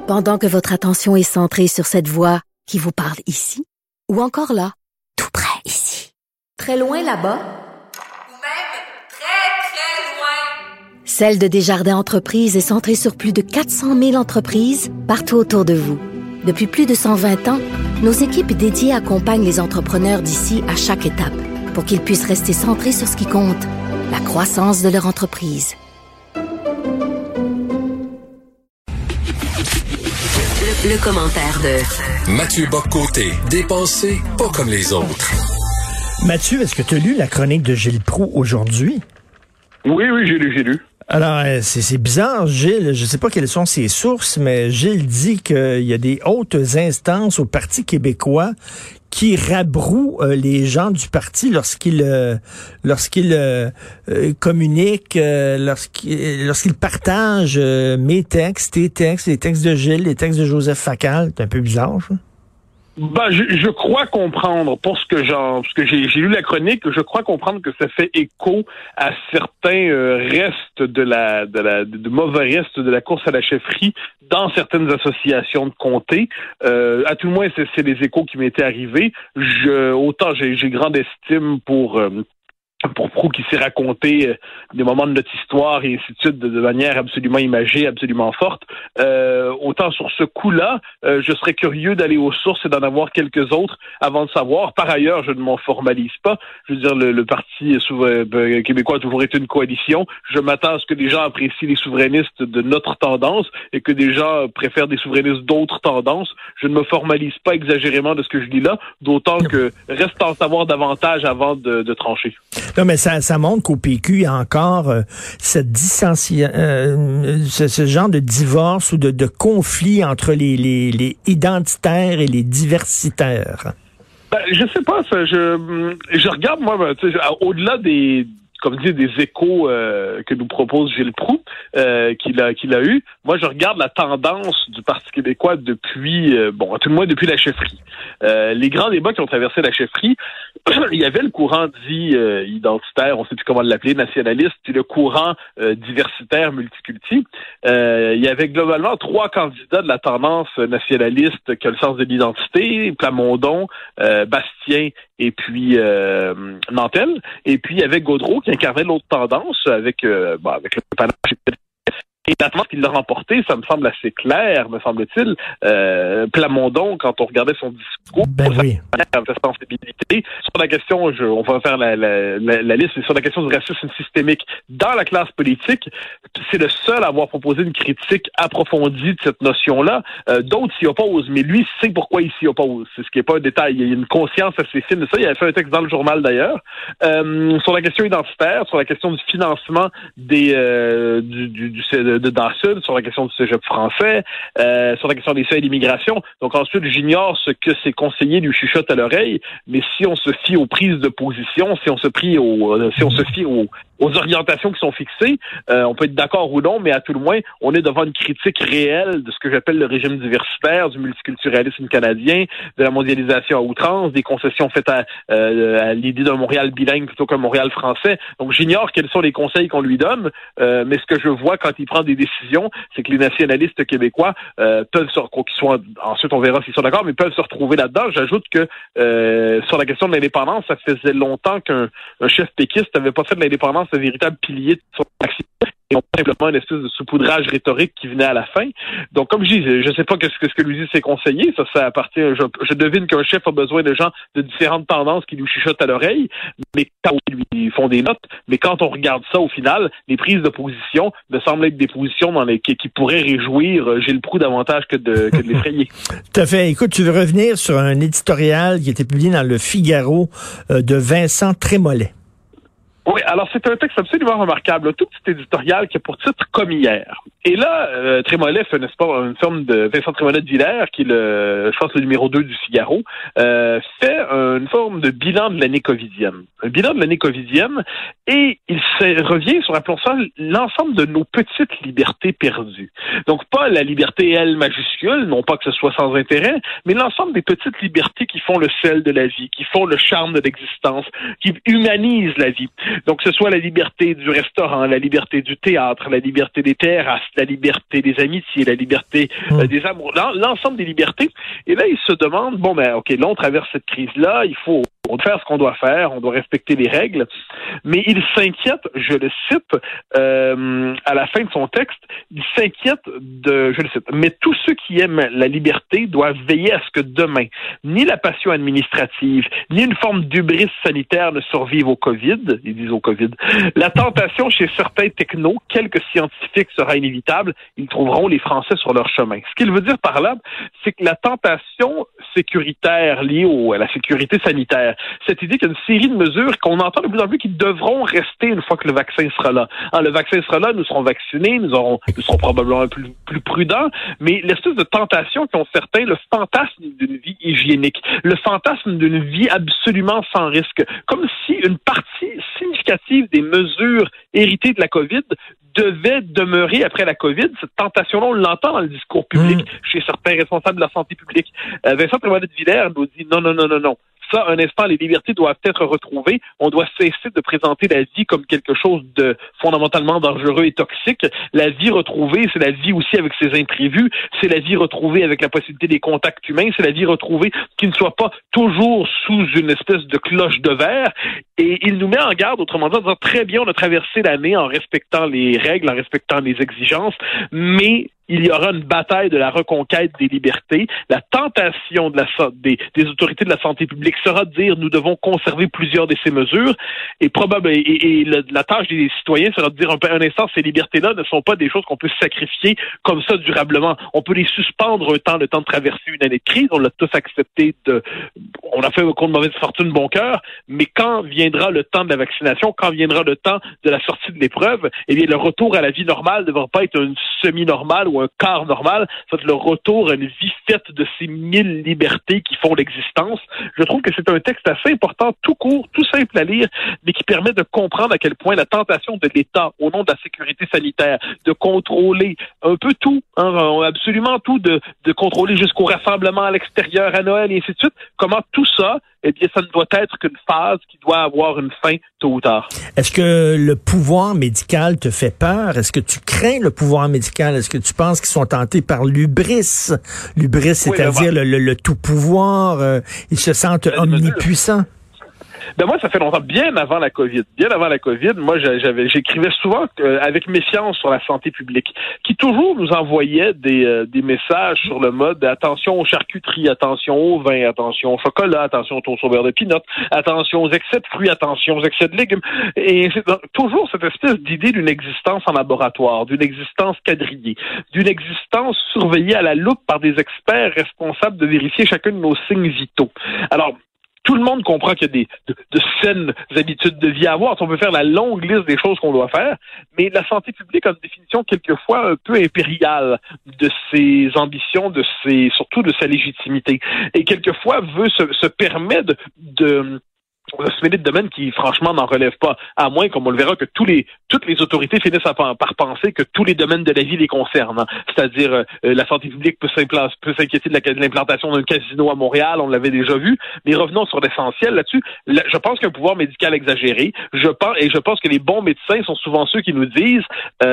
Pendant que votre attention est centrée sur cette voix qui vous parle ici, ou encore là, tout près ici, très loin là-bas, ou même très, très loin. Celle de Desjardins Entreprises est centrée sur plus de 400 000 entreprises partout autour de vous. Depuis plus de 120 ans, nos équipes dédiées accompagnent les entrepreneurs d'ici à chaque étape pour qu'ils puissent rester centrés sur ce qui compte, la croissance de leur entreprise. Le commentaire de Mathieu Bock-Côté, dépensé pas comme les autres. Mathieu, est-ce que tu as lu la chronique de Gilles Proulx aujourd'hui? Oui, j'ai lu. Alors, c'est bizarre, Gilles, je sais pas quelles sont ses sources, mais Gilles dit qu'il y a des hautes instances au Parti québécois qui rabrouent les gens du parti lorsqu'ils communiquent, lorsqu'ils partagent mes textes, tes textes, les textes de Gilles, les textes de Joseph Facal. C'est un peu bizarre, ça. Je crois comprendre, parce que j'ai lu la chronique, je crois comprendre que ça fait écho à certains restes de mauvais restes de la course à la chefferie dans certaines associations de comté. À tout le moins, c'est les échos qui m'étaient arrivés. Autant j'ai grande estime pour Proulx qui s'est raconté des moments de notre histoire et ainsi de suite de manière absolument imagée, absolument forte. Autant sur ce coup-là, je serais curieux d'aller aux sources et d'en avoir quelques autres avant de savoir. Par ailleurs, je ne m'en formalise pas. Je veux dire, le Parti québécois a toujours été une coalition. Je m'attends à ce que des gens apprécient les souverainistes de notre tendance et que des gens préfèrent des souverainistes d'autres tendances. Je ne me formalise pas exagérément de ce que je dis là, d'autant que reste à en savoir davantage avant de trancher. Non, mais ça montre qu'au PQ, il y a encore ce genre de divorce ou de conflit entre les identitaires et les diversitaires. Je sais pas, ça, je regarde, moi, au-delà des échos que nous propose Gilles Proulx, qu'il a eu. Moi, je regarde la tendance du Parti québécois depuis, à tout le moins depuis la chefferie. Les grands débats qui ont traversé la chefferie, il y avait le courant dit identitaire, on sait plus comment l'appeler, nationaliste, puis le courant diversitaire, multiculti. Il y avait globalement 3 candidats de la tendance nationaliste qui a le sens de l'identité, Plamondon, Bastien et puis Nantel. Et puis il y avait Gaudreault qui incarnait l'autre tendance avec le panache. Et la tendance qu'il l'a remporté, ça me semble assez clair, me semble-t-il. Plamondon, quand on regardait son discours, sa sensibilité sur la question, on va faire la liste, sur la question du racisme systémique dans la classe politique, c'est le seul à avoir proposé une critique approfondie de cette notion-là. D'autres s'y opposent, mais lui sait pourquoi il s'y oppose. C'est ce qui n'est pas un détail. Il y a une conscience assez fine de ça. Il avait fait un texte dans le journal d'ailleurs. Sur la question identitaire, sur la question du financement de Dawson, sur la question du cégep français, sur la question des seuils d'immigration. Donc ensuite, j'ignore ce que ses conseillers lui chuchotent à l'oreille, mais si on se fie aux prises de position, si on se fie aux orientations qui sont fixées, on peut être d'accord ou non, mais à tout le moins, on est devant une critique réelle de ce que j'appelle le régime diversitaire, du multiculturalisme canadien, de la mondialisation à outrance, des concessions faites à l'idée d'un Montréal bilingue plutôt qu'un Montréal français. Donc j'ignore quels sont les conseils qu'on lui donne, mais ce que je vois quand il prend des décisions, c'est que les nationalistes québécois ensuite on verra s'ils sont d'accord, mais peuvent se retrouver là-dedans. J'ajoute que sur la question de l'indépendance, ça faisait longtemps qu'un chef péquiste n'avait pas fait de l'indépendance un véritable pilier de son action. Et on simplement une espèce de saupoudrage rhétorique qui venait à la fin. Donc, comme je dis, je ne sais pas ce que lui disent ses conseillers. Ça appartient. Je devine qu'un chef a besoin de gens de différentes tendances qui lui chuchotent à l'oreille, mais quand ils lui font des notes. Mais quand on regarde ça, au final, les prises de position me semblent être des positions qui pourraient réjouir Gilles Proulx davantage que de l'effrayer. Tout à fait. Écoute, tu veux revenir sur un éditorial qui a été publié dans le Figaro de Vincent Trémollet. Oui, alors c'est un texte absolument remarquable, un tout petit éditorial qui a pour titre « Comme hier ». Et là, Trémollet fait, n'est-ce pas, une forme de Vincent Trémollet de Villers, qui est je pense, le numéro 2 du Figaro, fait une forme de bilan de l'année covidienne. Un bilan de l'année covidienne, et il revient sur, appelons ça, l'ensemble de nos petites libertés perdues. Donc pas la liberté L majuscule, non pas que ce soit sans intérêt, mais l'ensemble des petites libertés qui font le sel de la vie, qui font le charme de l'existence, qui humanisent la vie. Donc, que ce soit la liberté du restaurant, la liberté du théâtre, la liberté des terrasses, la liberté des amitiés, la liberté des amours, l'ensemble des libertés. Et là, ils se demandent, bon, ben, OK, là, on traverse cette crise-là, il faut faire ce qu'on doit faire, on doit respecter les règles, mais il s'inquiète, je le cite, à la fin de son texte, il s'inquiète je le cite, mais tous ceux qui aiment la liberté doivent veiller à ce que demain, ni la passion administrative, ni une forme d'hubris sanitaire ne survivent au COVID, ils disent au COVID. La tentation chez certains technos, quelques scientifiques sera inévitable, ils trouveront les Français sur leur chemin. Ce qu'il veut dire par là, c'est que la tentation sécuritaire liée à la sécurité sanitaire, cette idée qu'il y a une série de mesures qu'on entend de plus en plus qui devront rester une fois que le vaccin sera là. Le vaccin sera là, nous serons vaccinés, nous serons probablement plus prudents, mais l'espèce de tentation qu'ont certains, le fantasme d'une vie hygiénique, le fantasme d'une vie absolument sans risque, comme si une partie significative des mesures héritées de la COVID devait demeurer après la COVID. Cette tentation-là, on l'entend dans le discours public chez certains responsables de la santé publique. Vincent Prévost-Villers nous dit non. Ça, un instant, les libertés doivent être retrouvées. On doit cesser de présenter la vie comme quelque chose de fondamentalement dangereux et toxique. La vie retrouvée, c'est la vie aussi avec ses imprévus. C'est la vie retrouvée avec la possibilité des contacts humains. C'est la vie retrouvée qui ne soit pas toujours sous une espèce de cloche de verre. Et il nous met en garde, autrement dit, en disant très bien, on a traversé l'année en respectant les règles, en respectant les exigences, il y aura une bataille de la reconquête des libertés. La tentation des autorités de la santé publique sera de dire nous devons conserver plusieurs de ces mesures et la tâche des citoyens sera de dire un instant ces libertés-là ne sont pas des choses qu'on peut sacrifier comme ça durablement. On peut les suspendre le temps de traverser une année de crise. On l'a tous accepté. On a fait un compte de mauvaise fortune bon cœur, mais quand viendra le temps de la vaccination, quand viendra le temps de la sortie de l'épreuve, eh bien le retour à la vie normale ne devra pas être une semi-normale ou un quart normal, c'est le retour à une vie faite de ces 1000 libertés qui font l'existence. Je trouve que c'est un texte assez important, tout court, tout simple à lire, mais qui permet de comprendre à quel point la tentation de l'État, au nom de la sécurité sanitaire, de contrôler un peu tout, absolument tout, de contrôler jusqu'au rassemblement à l'extérieur, à Noël, et ainsi de suite, comment tout ça, eh bien, ça ne doit être qu'une phase qui doit avoir une fin tôt ou tard. Est-ce que le pouvoir médical te fait peur? Est-ce que tu crains le pouvoir médical? Est-ce que tu penses qu'ils sont tentés par l'hubris? L'hubris, c'est-à-dire le tout-pouvoir. Ils se sentent omnipuissants. Ben moi, ça fait longtemps, bien avant la COVID. Moi, j'écrivais souvent avec méfiance sur la santé publique, qui toujours nous envoyait des messages sur le mode attention aux charcuteries, attention au vin, attention au chocolat, attention au toast au beurre de pinot, attention aux excès de fruits, attention aux excès de légumes. Et c'est toujours cette espèce d'idée d'une existence en laboratoire, d'une existence quadrillée, d'une existence surveillée à la loupe par des experts responsables de vérifier chacun de nos signes vitaux. Alors, tout le monde comprend qu'il y a de saines habitudes de vie à avoir. On peut faire la longue liste des choses qu'on doit faire, mais la santé publique a une définition quelquefois un peu impériale de ses ambitions, surtout de sa légitimité. Et quelquefois se permet de se mêler de domaines qui, franchement, n'en relèvent pas, à moins, comme on le verra, que toutes les autorités finissent par penser que tous les domaines de la vie les concernent. C'est-à-dire, la santé publique peut s'inquiéter de l'implantation d'un casino à Montréal, on l'avait déjà vu, mais revenons sur l'essentiel là-dessus. Je pense qu'un pouvoir médical exagéré, je pense que les bons médecins sont souvent ceux qui nous disent,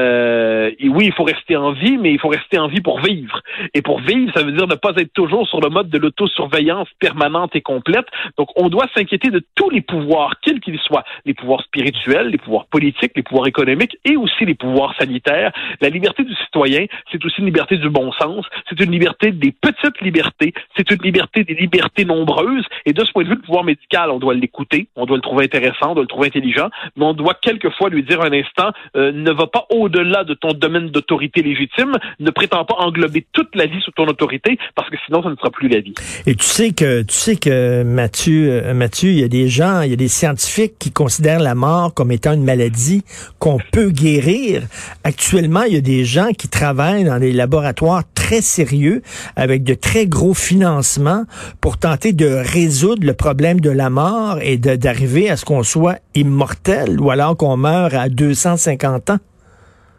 oui, il faut rester en vie, mais il faut rester en vie pour vivre. Et pour vivre, ça veut dire ne pas être toujours sur le mode de l'autosurveillance permanente et complète. Donc, on doit s'inquiéter de tous les pouvoirs, quels qu'ils soient, les pouvoirs spirituels, les pouvoirs politiques, les pouvoirs économiques et aussi les pouvoirs sanitaires. La liberté du citoyen, c'est aussi une liberté du bon sens, c'est une liberté des petites libertés, c'est une liberté des libertés nombreuses. Et de ce point de vue, le pouvoir médical, on doit l'écouter, on doit le trouver intéressant, on doit le trouver intelligent, mais on doit quelquefois lui dire un instant, ne va pas au-delà de ton domaine d'autorité légitime, ne prétends pas englober toute la vie sous ton autorité, parce que sinon, ça ne sera plus la vie. Et tu sais que Mathieu, il y a des gens, il y a des scientifiques qui considèrent la mort comme étant une maladie qu'on peut guérir. Actuellement, il y a des gens qui travaillent dans des laboratoires très sérieux avec de très gros financements pour tenter de résoudre le problème de la mort et d'arriver à ce qu'on soit immortel ou alors qu'on meurt à 250 ans.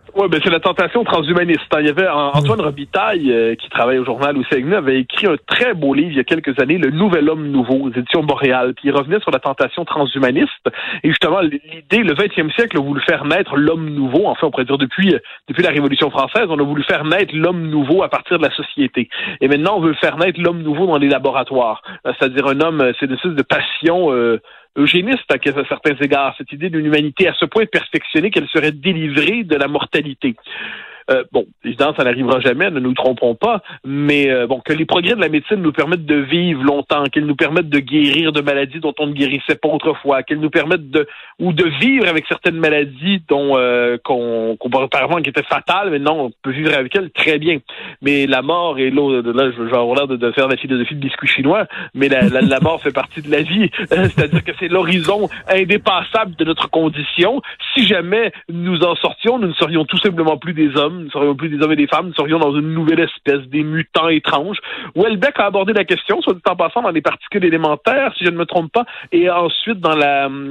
Oui, ben c'est la tentation transhumaniste. Il y avait Antoine Robitaille, qui travaille au journal au Saguenay, avait écrit un très beau livre il y a quelques années, Le Nouvel Homme Nouveau, aux éditions Boréal. Puis il revenait sur la tentation transhumaniste. Et justement, l'idée, le 20e siècle a voulu faire naître l'homme nouveau. Enfin, on pourrait dire depuis la Révolution française, on a voulu faire naître l'homme nouveau à partir de la société. Et maintenant, on veut faire naître l'homme nouveau dans les laboratoires. C'est-à-dire un homme, c'est une espèce de passion eugéniste à certains égards, cette idée d'une humanité à ce point perfectionnée qu'elle serait délivrée de la mortalité. Bon, évidemment, ça n'arrivera jamais, ne nous trompons pas, mais bon, que les progrès de la médecine nous permettent de vivre longtemps, qu'ils nous permettent de guérir de maladies dont on ne guérissait pas autrefois, qu'ils nous permettent de vivre avec certaines maladies dont auparavant qui étaient fatales, mais non, on peut vivre avec elles très bien. Mais la mort est l'autre, là, je vais avoir l'air de faire la philosophie de biscuit chinois, mais la mort fait partie de la vie, c'est-à-dire que c'est l'horizon indépassable de notre condition. Si jamais nous en sortions, nous ne serions tout simplement plus des hommes. Nous ne serions plus des hommes et des femmes, nous serions dans une nouvelle espèce, des mutants étranges. Houellebecq a abordé la question, soit dit en passant, dans les particules élémentaires, si je ne me trompe pas, et ensuite dans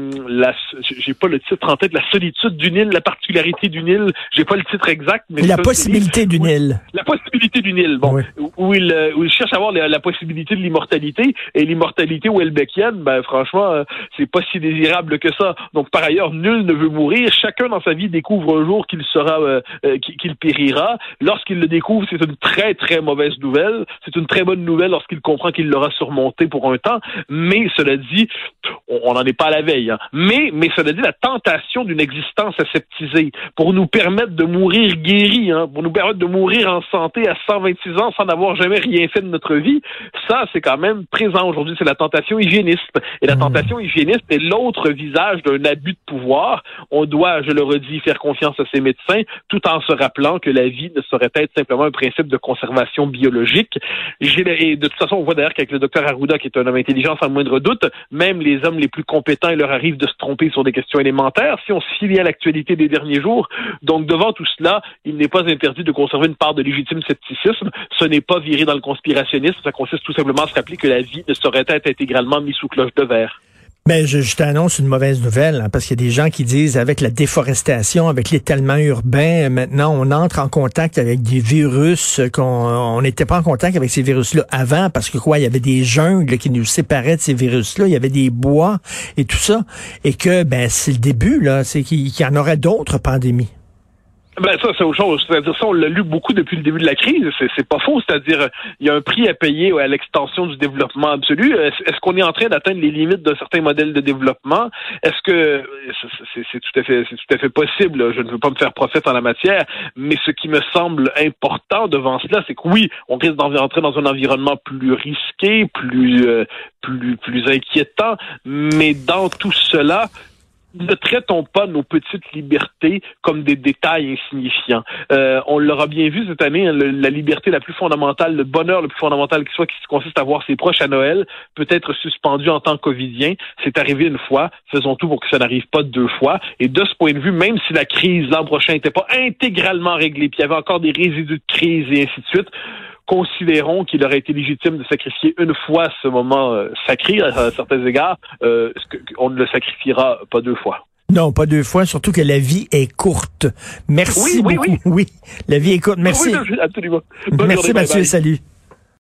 j'ai pas le titre en tête, la solitude d'une île, la particularité d'une île, j'ai pas le titre exact. Mais la possibilité d'une île. La possibilité d'une île, bon, oui. où il cherche à avoir la possibilité de l'immortalité, et l'immortalité houellebecquienne, ben franchement, c'est pas si désirable que ça. Donc par ailleurs, nul ne veut mourir, chacun dans sa vie découvre un jour qu'il sera, qu'il périra. Lorsqu'il le découvre, c'est une très, très mauvaise nouvelle. C'est une très bonne nouvelle lorsqu'il comprend qu'il l'aura surmonté pour un temps. Mais, cela dit, on n'en est pas à la veille. Hein. Mais, cela dit, la tentation d'une existence aseptisée pour nous permettre de mourir guéris, hein, pour nous permettre de mourir en santé à 126 ans sans n'avoir jamais rien fait de notre vie, ça, c'est quand même présent aujourd'hui. C'est la tentation hygiéniste. Et la tentation hygiéniste est l'autre visage d'un abus de pouvoir. On doit, je le redis, faire confiance à ces médecins, tout en se rappelant que la vie ne saurait être simplement un principe de conservation biologique. Et de toute façon, on voit d'ailleurs qu'avec le docteur Arruda, qui est un homme intelligent sans le moindre doute, même les hommes les plus compétents, il leur arrive de se tromper sur des questions élémentaires, si on se fie à l'actualité des derniers jours. Donc, devant tout cela, il n'est pas interdit de conserver une part de légitime scepticisme. Ce n'est pas virer dans le conspirationnisme. Ça consiste tout simplement à se rappeler que la vie ne saurait être intégralement mise sous cloche de verre. Ben, je t'annonce une mauvaise nouvelle, hein, parce qu'il y a des gens qui disent, avec la déforestation, avec l'étalement urbain, maintenant, on entre en contact avec des virus qu'on n'était pas en contact avec ces virus-là avant, parce que quoi, il y avait des jungles qui nous séparaient de ces virus-là, il y avait des bois et tout ça, et que, ben, c'est le début, là, c'est qu'il y en aurait d'autres pandémies. Ben ça, c'est autre chose. C'est-à-dire ça, on l'a lu beaucoup depuis le début de la crise. C'est pas faux. C'est-à-dire, il y a un prix à payer à l'extension du développement absolu. Est-ce qu'on est en train d'atteindre les limites d'un certain modèle de développement? Est-ce que c'est tout à fait possible? Là. Je ne veux pas me faire prophète en la matière, mais ce qui me semble important devant cela, c'est que oui, on risque d'entrer dans un environnement plus risqué, plus inquiétant, mais dans tout cela, ne traitons pas nos petites libertés comme des détails insignifiants. On l'aura bien vu cette année, hein, la liberté la plus fondamentale, le bonheur le plus fondamental qui consiste à voir ses proches à Noël, peut être suspendu en tant que covidien. C'est arrivé une fois, faisons tout pour que ça n'arrive pas 2 fois. Et de ce point de vue, même si la crise l'an prochain n'était pas intégralement réglée, puis il y avait encore des résidus de crise et ainsi de suite, considérons qu'il aurait été légitime de sacrifier une fois ce moment sacré à certains égards, on ne le sacrifiera pas 2 fois. Non, pas 2 fois, surtout que la vie est courte. Merci beaucoup. Oui, la vie est courte. Merci. Oui, absolument. Merci Mathieu, salut.